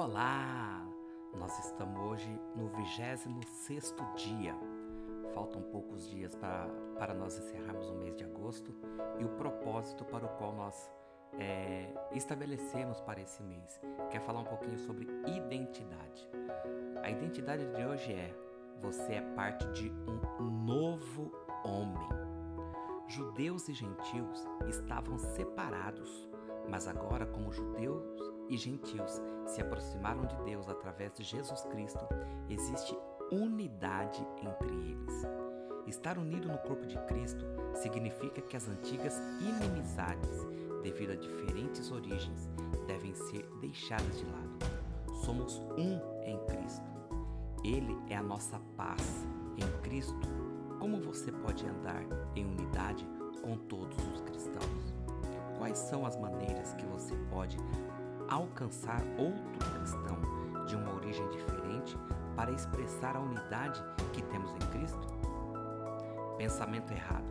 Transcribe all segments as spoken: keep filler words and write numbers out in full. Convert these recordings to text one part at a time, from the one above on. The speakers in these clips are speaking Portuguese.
Olá! Nós estamos hoje no vigésimo sexto dia. Faltam poucos dias para, para nós encerrarmos o mês de agosto e o propósito para o qual nós é, estabelecemos para esse mês. Quer falar um pouquinho sobre identidade. A identidade de hoje é: você é parte de um novo homem. Judeus e gentios estavam separados, mas agora, como judeus e gentios se aproximaram de Deus através de Jesus Cristo, existe unidade entre eles. Estar unido no corpo de Cristo significa que as antigas inimizades, devido a diferentes origens, devem ser deixadas de lado. Somos um em Cristo. Ele é a nossa paz. Em Cristo, como você pode andar em unidade com todos os cristãos? Quais são as maneiras que você pode alcançar outro cristão de uma origem diferente para expressar a unidade que temos em Cristo? Pensamento errado.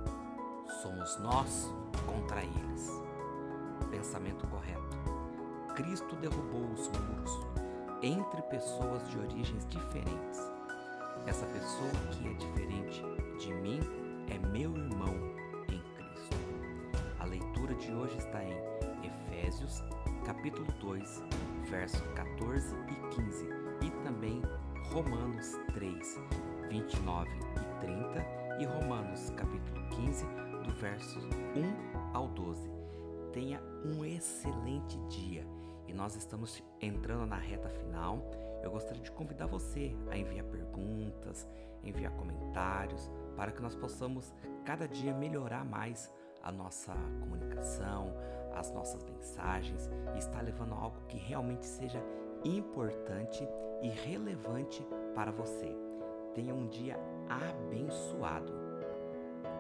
Somos nós contra eles. Pensamento correto. Cristo derrubou os muros entre pessoas de origens diferentes. Essa pessoa que é diferente de mim é meu irmão em Cristo. A leitura de hoje está em Efésios, capítulo dois, verso quatorze e quinze, e também Romanos três, vinte e nove e trinta, e Romanos, capítulo quinze, do verso um ao doze. Tenha um excelente dia e nós estamos entrando na reta final. Eu gostaria de convidar você a enviar perguntas, enviar comentários, para que nós possamos cada dia melhorar mais a nossa comunicação, as nossas mensagens e estar levando algo que realmente seja importante e relevante para você. Tenha um dia abençoado.